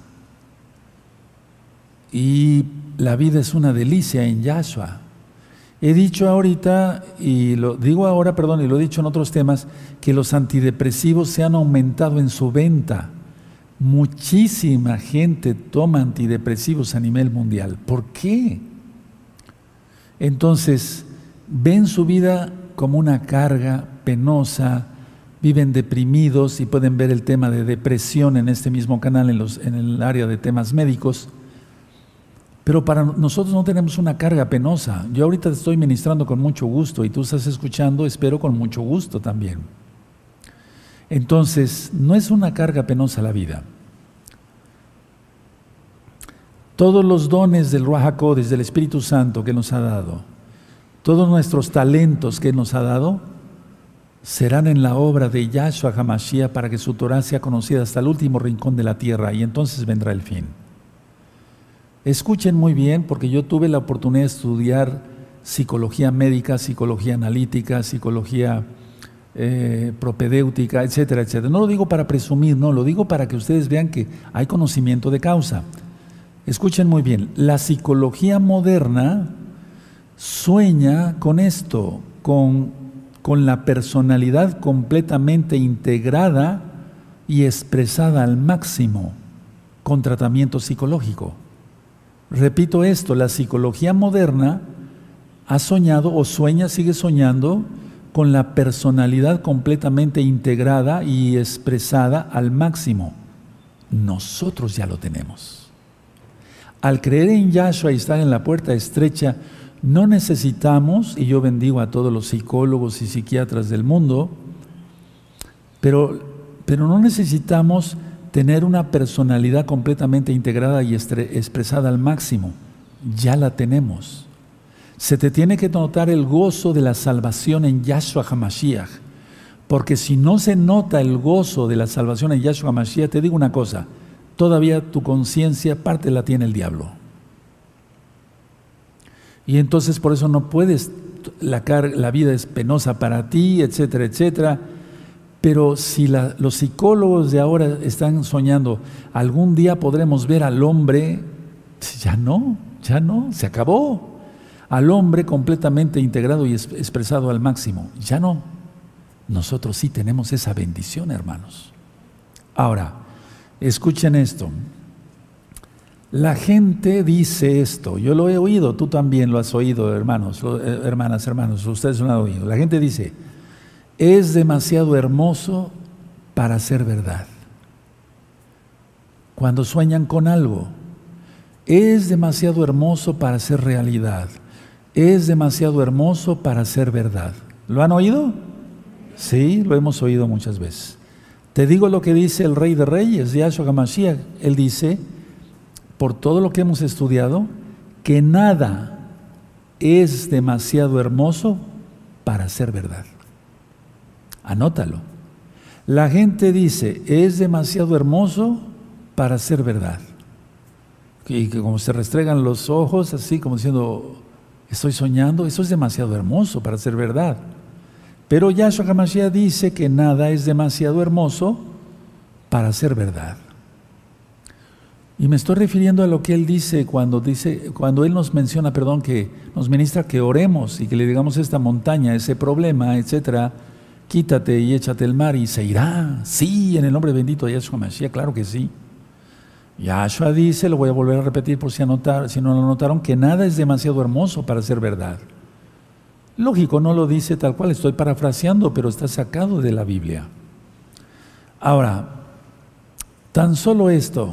S1: Y la vida es una delicia en Yahshua. He dicho ahorita, y lo digo ahora, perdón, y lo he dicho en otros temas, que los antidepresivos se han aumentado en su venta. Muchísima gente toma antidepresivos a nivel mundial. ¿Por qué? Entonces, ven su vida como una carga penosa, viven deprimidos y pueden ver el tema de depresión en este mismo canal, en el área de temas médicos. Pero para nosotros no tenemos una carga penosa. Yo ahorita te estoy ministrando con mucho gusto y tú estás escuchando, espero, con mucho gusto también. Entonces, no es una carga penosa la vida. Todos los dones del Ruach HaKodesh, del Espíritu Santo que nos ha dado, todos nuestros talentos que nos ha dado, serán en la obra de Yahshua HaMashiach para que su Torah sea conocida hasta el último rincón de la tierra, y entonces vendrá el fin. Escuchen muy bien, porque yo tuve la oportunidad de estudiar psicología médica, psicología analítica, psicología propedéutica, etcétera, etcétera. No lo digo para presumir, no, lo digo para que ustedes vean que hay conocimiento de causa. Escuchen muy bien, la psicología moderna sueña con esto, con la personalidad completamente integrada y expresada al máximo con tratamiento psicológico. Repito esto, la psicología moderna ha soñado o sueña, sigue soñando con la personalidad completamente integrada y expresada al máximo. Nosotros ya lo tenemos. Al creer en Yahshua y estar en la puerta estrecha, no necesitamos, y yo bendigo a todos los psicólogos y psiquiatras del mundo, pero no necesitamos tener una personalidad completamente integrada y expresada al máximo. Ya la tenemos. Se te tiene que notar el gozo de la salvación en Yahshua HaMashiach, porque si no se nota el gozo de la salvación en Yahshua HaMashiach, te digo una cosa, todavía tu conciencia parte la tiene el diablo. Y entonces por eso no puedes, la vida es penosa para ti, etcétera, etcétera. Pero si los psicólogos de ahora están soñando, algún día podremos ver al hombre, ya no, se acabó. Al hombre completamente integrado y expresado al máximo, ya no. Nosotros sí tenemos esa bendición, hermanos. Ahora, escuchen esto. La gente dice esto, yo lo he oído, tú también lo has oído, hermanos, hermanas, hermanos, ustedes lo han oído. La gente dice, es demasiado hermoso para ser verdad. Cuando sueñan con algo, es demasiado hermoso para ser realidad. Es demasiado hermoso para ser verdad. ¿Lo han oído? Sí, lo hemos oído muchas veces. Te digo lo que dice el Rey de Reyes, Yahshua HaMashiach. Él dice, por todo lo que hemos estudiado, que nada es demasiado hermoso para ser verdad. Anótalo. La gente dice, es demasiado hermoso para ser verdad. Y que como se restregan los ojos, así como diciendo, estoy soñando, eso es demasiado hermoso para ser verdad. Pero Yahshua HaMashiach dice que nada es demasiado hermoso para ser verdad. Y me estoy refiriendo a lo que él dice cuando él nos menciona, que nos ministra que oremos y que le digamos a esta montaña, ese problema, etcétera, quítate y échate el mar y se irá. Sí, en el nombre bendito de Yahshua HaMashiach, claro que sí. Yahshua dice, lo voy a volver a repetir por si no lo notaron, que nada es demasiado hermoso para ser verdad. Lógico, no lo dice tal cual, estoy parafraseando, pero está sacado de la Biblia. Ahora, tan solo esto,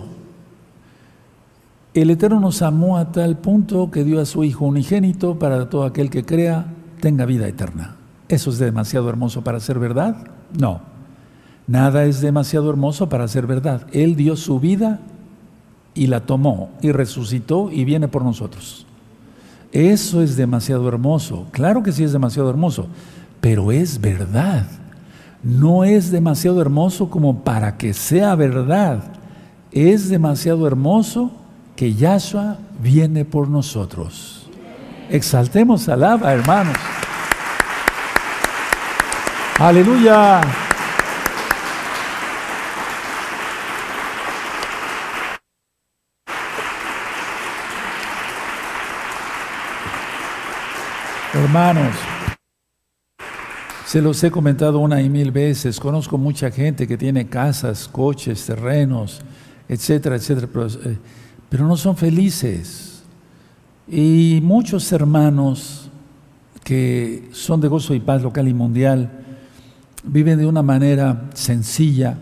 S1: el Eterno nos amó a tal punto que dio a su Hijo unigénito para todo aquel que crea tenga vida eterna. ¿Eso es demasiado hermoso para ser verdad? No, nada es demasiado hermoso para ser verdad. Él dio su vida y la tomó y resucitó y viene por nosotros. Eso es demasiado hermoso. Claro que sí es demasiado hermoso, pero es verdad. No es demasiado hermoso como para que sea verdad. Es demasiado hermoso que Yahshua viene por nosotros. Exaltemos al Abba, hermanos. Aleluya. Hermanos, se los he comentado 1 y 1000 veces, conozco mucha gente que tiene casas, coches, terrenos, etcétera, etcétera, pero no son felices. Y muchos hermanos que son de gozo y paz local y mundial viven de una manera sencilla,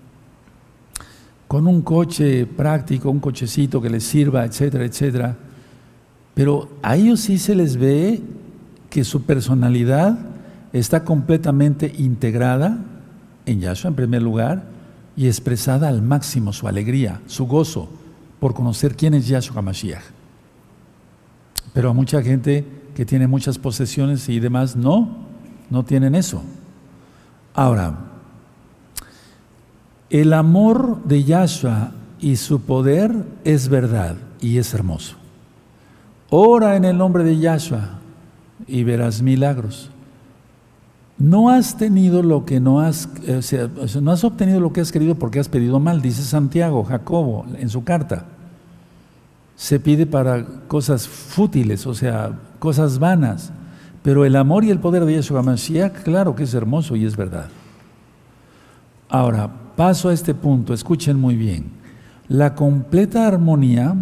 S1: con un coche práctico, un cochecito que les sirva, etcétera, etcétera. Pero a ellos sí se les ve que su personalidad está completamente integrada en Yahshua en primer lugar y expresada al máximo su alegría, su gozo por conocer quién es Yahshua HaMashiach. Pero a mucha gente que tiene muchas posesiones y demás no tienen eso. Ahora, el amor de Yahshua y su poder es verdad y es hermoso. Ora en el nombre de Yahshua y verás milagros. No has tenido lo que no has obtenido lo que has querido porque has pedido mal, dice Santiago, Jacobo, en su carta. Se pide para cosas fútiles, o sea, cosas vanas. Pero el amor y el poder de Yahshua HaMashiach, claro que es hermoso y es verdad. Ahora, paso a este punto, escuchen muy bien. La completa armonía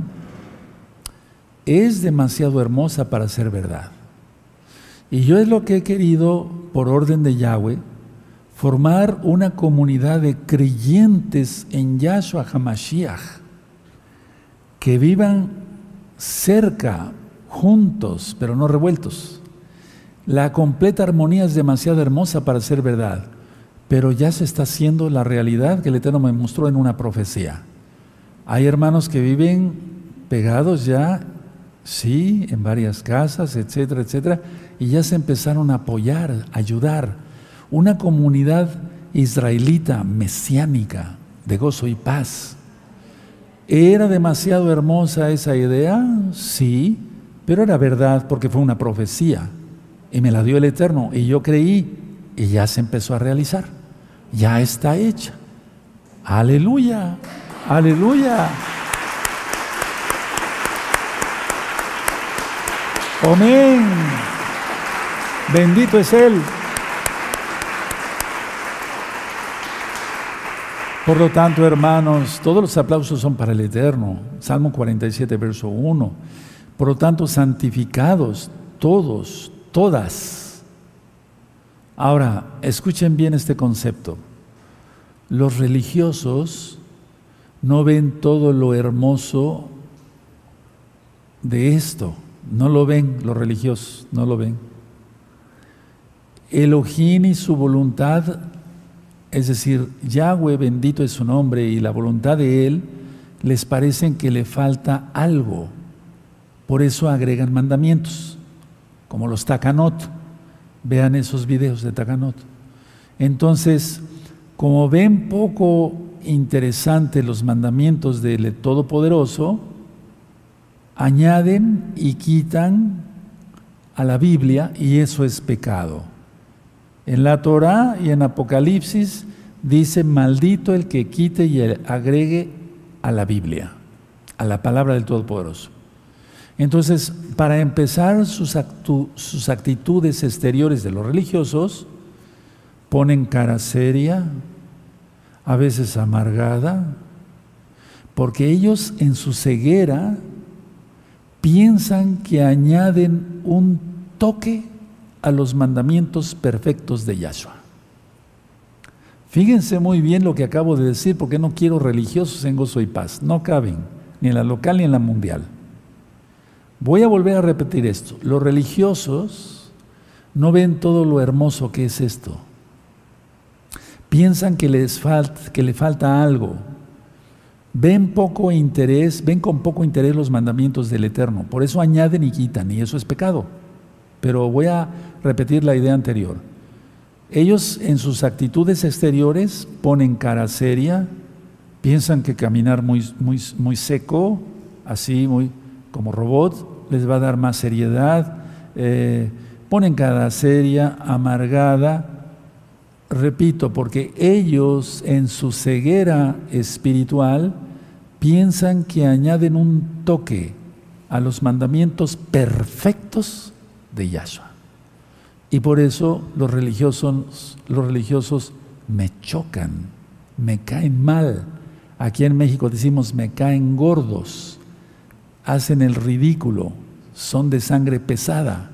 S1: es demasiado hermosa para ser verdad. Y yo es lo que he querido, por orden de Yahweh, formar una comunidad de creyentes en Yahshua HaMashiach, que vivan cerca, juntos, pero no revueltos. La completa armonía es demasiado hermosa para ser verdad, pero ya se está haciendo la realidad que el Eterno me mostró en una profecía. Hay hermanos que viven pegados ya, sí, en varias casas, etcétera, etcétera, y ya se empezaron a apoyar, a ayudar. Una comunidad israelita, mesiánica, de gozo y paz. ¿Era demasiado hermosa esa idea? Sí, pero era verdad porque fue una profecía. Y me la dio el Eterno, y yo creí, y ya se empezó a realizar. Ya está hecha. ¡Aleluya! ¡Aleluya! ¡Amén! Bendito es Él. Por lo tanto, hermanos, todos los aplausos son para el Eterno. Salmo 47, verso 1. Por lo tanto, santificados todos, todas. Ahora, escuchen bien este concepto. Los religiosos no ven todo lo hermoso de esto. No lo ven, los religiosos, no lo ven. Elohim y su voluntad, es decir, Yahweh, bendito es su nombre, y la voluntad de Él, les parecen que le falta algo. Por eso agregan mandamientos, como los Takanot. Vean esos videos de Takanot. Entonces, como ven poco interesante los mandamientos del Todopoderoso, añaden y quitan a la Biblia, y eso es pecado. En la Torá y en Apocalipsis dice: maldito el que quite y agregue a la Biblia, a la palabra del Todopoderoso. Entonces, para empezar, sus actitudes exteriores de los religiosos ponen cara seria, a veces amargada, porque ellos en su ceguera piensan que añaden un toque a los mandamientos perfectos de Yahshua. Fíjense muy bien lo que acabo de decir, porque no quiero religiosos en gozo y paz. No caben, ni en la local ni en la mundial. Voy a volver a repetir esto. Los religiosos no ven todo lo hermoso que es esto. Piensan que le falta algo. Ven poco interés, ven con poco interés los mandamientos del Eterno. Por eso añaden y quitan, y eso es pecado. Pero voy a repetir la idea anterior. Ellos en sus actitudes exteriores ponen cara seria, piensan que caminar muy seco, así, muy como robot, les va a dar más seriedad, ponen cara seria, amargada, repito, porque ellos en su ceguera espiritual piensan que añaden un toque a los mandamientos perfectos de Yahshua. Y por eso los religiosos me chocan, me caen mal. Aquí en México decimos me caen gordos, hacen el ridículo, son de sangre pesada.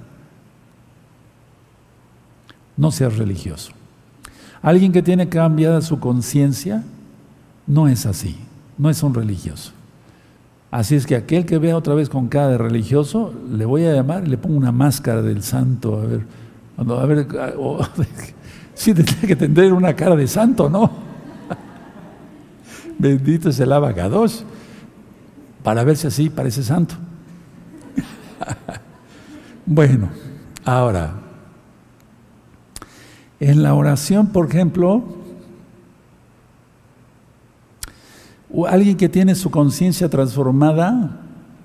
S1: No seas religioso. Alguien que tiene cambiada su conciencia no es así, no es un religioso. Así es que aquel que vea otra vez con cara de religioso, le voy a llamar y le pongo una máscara del santo, Sí, tendría que tener una cara de santo, ¿no? Bendito es el Abacadosh, para ver si así parece santo. Bueno, ahora, en la oración, por ejemplo, alguien que tiene su conciencia transformada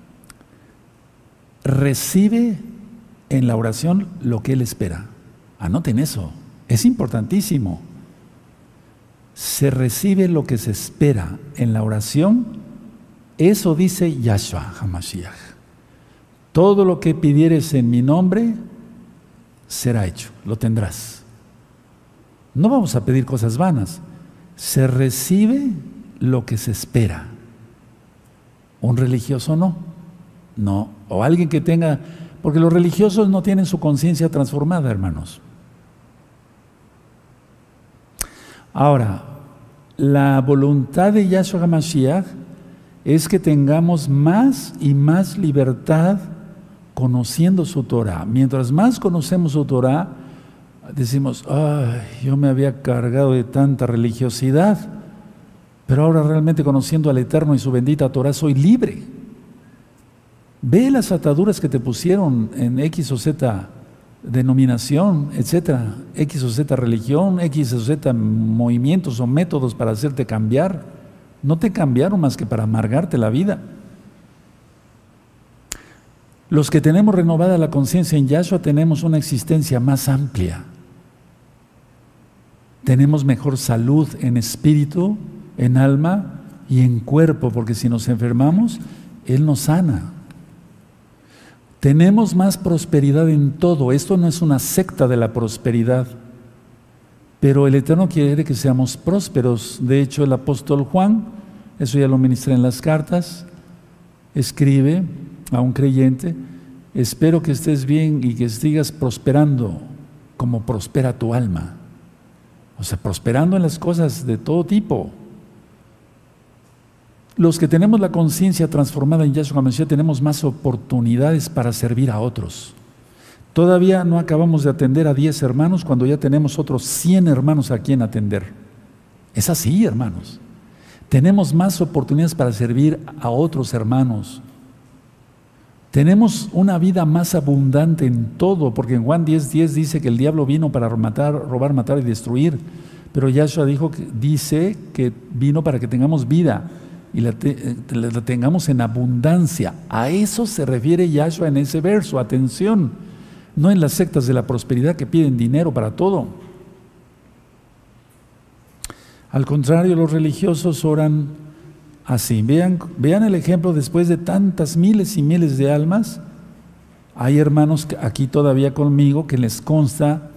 S1: recibe en la oración lo que él espera. Anoten eso, es importantísimo. Se recibe lo que se espera en la oración, eso dice Yahshua HaMashiach. Todo lo que pidieres en mi nombre será hecho, lo tendrás. No vamos a pedir cosas vanas, se recibe lo que se espera. Un religioso no, o alguien que tenga, porque los religiosos no tienen su conciencia transformada, hermanos. Ahora, la voluntad de Yahshua HaMashiach es que tengamos más y más libertad conociendo su Torah. Mientras más conocemos su Torah, decimos, ay, yo me había cargado de tanta religiosidad, pero ahora realmente conociendo al Eterno y su bendita Torah soy libre. Ve las ataduras que te pusieron en X o Z denominación, etcétera, X o Z religión, X o Z movimientos o métodos para hacerte cambiar. No te cambiaron más que para amargarte la vida. Los que tenemos renovada la conciencia en Yahshua tenemos una existencia más amplia. Tenemos mejor salud en espíritu, en alma y en cuerpo, porque si nos enfermamos, Él nos sana. Tenemos más prosperidad en todo. Esto no es una secta de la prosperidad, pero el Eterno quiere que seamos prósperos. De hecho, el apóstol Juan, eso ya lo ministré en las cartas, escribe a un creyente: espero que estés bien y que sigas prosperando como prospera tu alma. O sea, prosperando en las cosas de todo tipo. Los que tenemos la conciencia transformada en Yahshua HaMashiach tenemos más oportunidades para servir a otros. Todavía no acabamos de atender a 10 hermanos cuando ya tenemos otros 100 hermanos a quien atender. Es así, hermanos. Tenemos más oportunidades para servir a otros hermanos. Tenemos una vida más abundante en todo, porque en Juan 10:10 dice que el diablo vino para matar, robar, matar y destruir. Pero Yahshua dice que vino para que tengamos vida y la tengamos en abundancia. A eso se refiere Yahshua en ese verso, atención, no en las sectas de la prosperidad que piden dinero para todo. Al contrario, los religiosos oran así. Vean el ejemplo, después de tantas miles y miles de almas, hay hermanos aquí todavía conmigo que les consta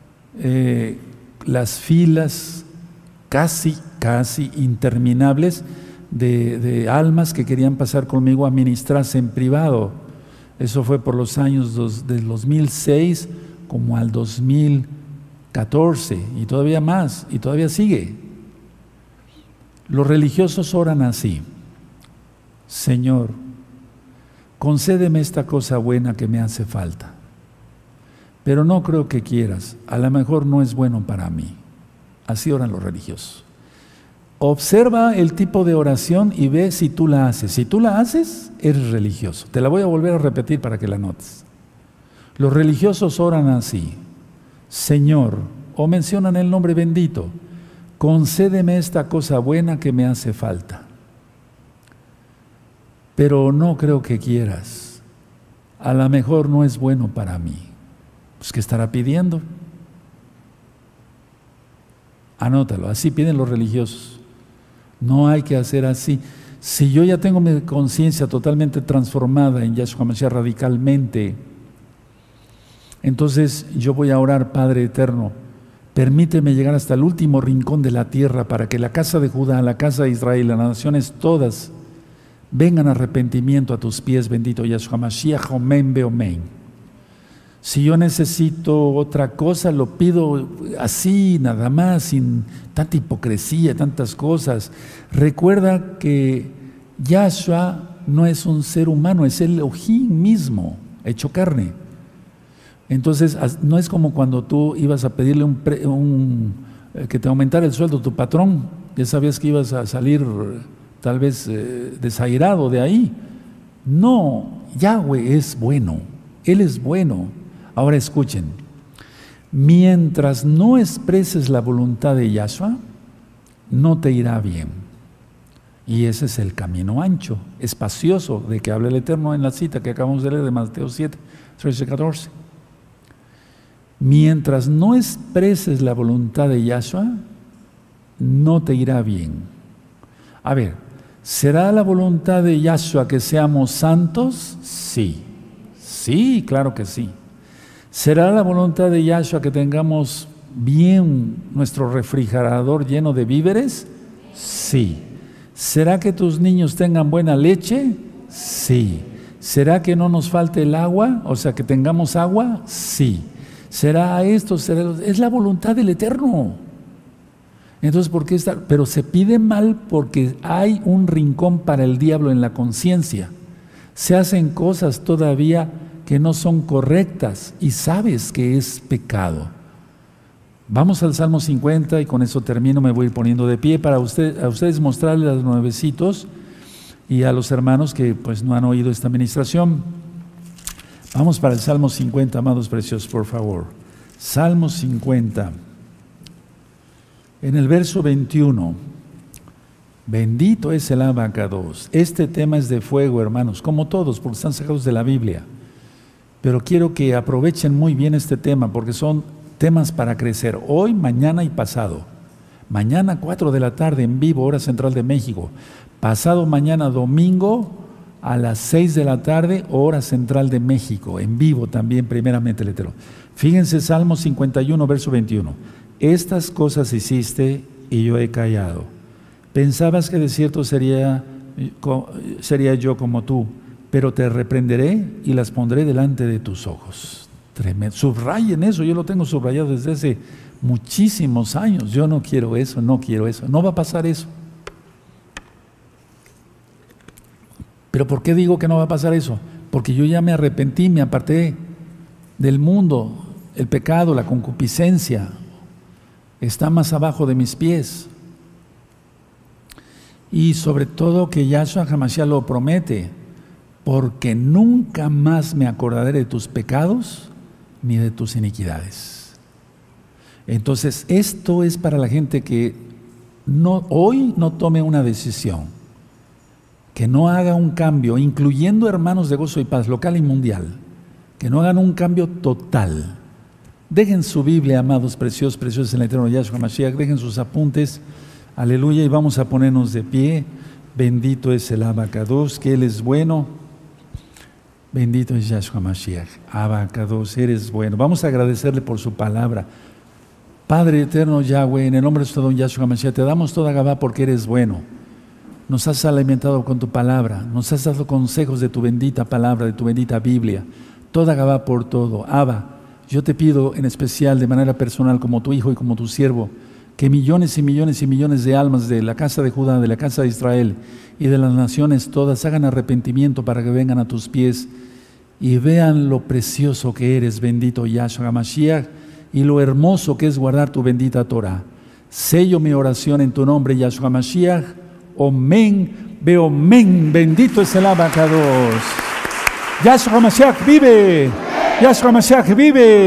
S1: las filas casi interminables de almas que querían pasar conmigo a ministrarse en privado. Eso fue por los años del 2006 como al 2014 y todavía más, y todavía sigue. Los religiosos oran así: Señor, concédeme esta cosa buena que me hace falta, pero no creo que quieras, a lo mejor no es bueno para mí. Así oran los religiosos. Observa el tipo de oración y ve si tú la haces. Si tú la haces, eres religioso. Te la voy a volver a repetir para que la notes. Los religiosos oran así: Señor, o mencionan el nombre bendito, concédeme esta cosa buena que me hace falta, pero no creo que quieras, a lo mejor no es bueno para mí. Pues ¿qué estará pidiendo? Anótalo, así piden los religiosos. No hay que hacer así. Si yo ya tengo mi conciencia totalmente transformada en Yahshua HaMashiach radicalmente, entonces yo voy a orar: Padre eterno, permíteme llegar hasta el último rincón de la tierra para que la casa de Judá, la casa de Israel, las naciones todas vengan a arrepentimiento a tus pies, bendito Yahshua HaMashiach, omen beomen. Si yo necesito otra cosa, lo pido así, nada más, sin tanta hipocresía, tantas cosas. Recuerda que Yahshua no es un ser humano, es el Elohim mismo, hecho carne. Entonces, no es como cuando tú ibas a pedirle que te aumentara el sueldo a tu patrón, ya sabías que ibas a salir tal vez desairado de ahí. No, Yahweh es bueno, Él es bueno. Ahora escuchen, mientras no expreses la voluntad de Yahshua, no te irá bien. Y ese es el camino ancho, espacioso, de que habla el Eterno en la cita que acabamos de leer de Mateo 7, 13 y 14. Mientras no expreses la voluntad de Yahshua, no te irá bien. A ver, ¿será la voluntad de Yahshua que seamos santos? Sí, sí, claro que sí. ¿Será la voluntad de Yahshua que tengamos bien nuestro refrigerador lleno de víveres? Sí. ¿Será que tus niños tengan buena leche? Sí. ¿Será que no nos falte el agua? O sea, que tengamos agua? Sí. ¿Será esto? Es la voluntad del Eterno. Entonces, ¿por qué estar? Pero se pide mal porque hay un rincón para el diablo en la conciencia. Se hacen cosas todavía que no son correctas y sabes que es pecado. Vamos al Salmo 50 y con eso termino, me voy poniendo de pie para a ustedes mostrarles a los nuevecitos y a los hermanos que pues no han oído esta administración. Vamos para el Salmo 50, amados preciosos, por favor. Salmo 50. En el verso 21. Bendito es el Abacados. Este tema es de fuego, hermanos, como todos, porque están sacados de la Biblia. Pero quiero que aprovechen muy bien este tema, porque son temas para crecer, hoy, mañana y pasado. Mañana 4 de la tarde en vivo, hora central de México. Pasado mañana domingo a las 6 de la tarde, hora central de México, en vivo también, primeramente el Eterno. Fíjense, Salmo 51, verso 21. Estas cosas hiciste y yo he callado. Pensabas que de cierto sería yo como tú, pero te reprenderé y las pondré delante de tus ojos. Tremendo. Subrayen eso, yo lo tengo subrayado desde hace muchísimos años. Yo no quiero eso, no quiero eso. No va a pasar eso. ¿Pero por qué digo que no va a pasar eso? Porque yo ya me arrepentí, me aparté del mundo. El pecado, la concupiscencia, está más abajo de mis pies. Y sobre todo que Yahshua HaMashiach lo promete, porque nunca más me acordaré de tus pecados ni de tus iniquidades. Entonces, esto es para la gente que hoy no tome una decisión, que no haga un cambio, incluyendo hermanos de gozo y paz, local y mundial, que no hagan un cambio total. Dejen su Biblia, amados, preciosos en el Eterno Yahshua HaMashiach, dejen sus apuntes, aleluya, y vamos a ponernos de pie. Bendito es el Abacados, que Él es bueno. Bendito es Yahshua HaMashiach. Abacados, eres bueno. Vamos a agradecerle por su palabra. Padre eterno Yahweh, en el nombre de su don Yahshua HaMashiach, te damos toda Gabá porque eres bueno. Nos has alimentado con tu palabra, nos has dado consejos de tu bendita palabra, de tu bendita Biblia. Toda Gabá por todo. Abba, yo te pido en especial, de manera personal, como tu hijo y como tu siervo, que millones y millones y millones de almas de la casa de Judá, de la casa de Israel y de las naciones todas hagan arrepentimiento para que vengan a tus pies y vean lo precioso que eres, bendito Yahshua HaMashiach, y lo hermoso que es guardar tu bendita Torah. Sello mi oración en tu nombre, Yahshua HaMashiach. Omen, beomen, bendito es el Abacados. Yahshua HaMashiach vive, Yahshua HaMashiach vive.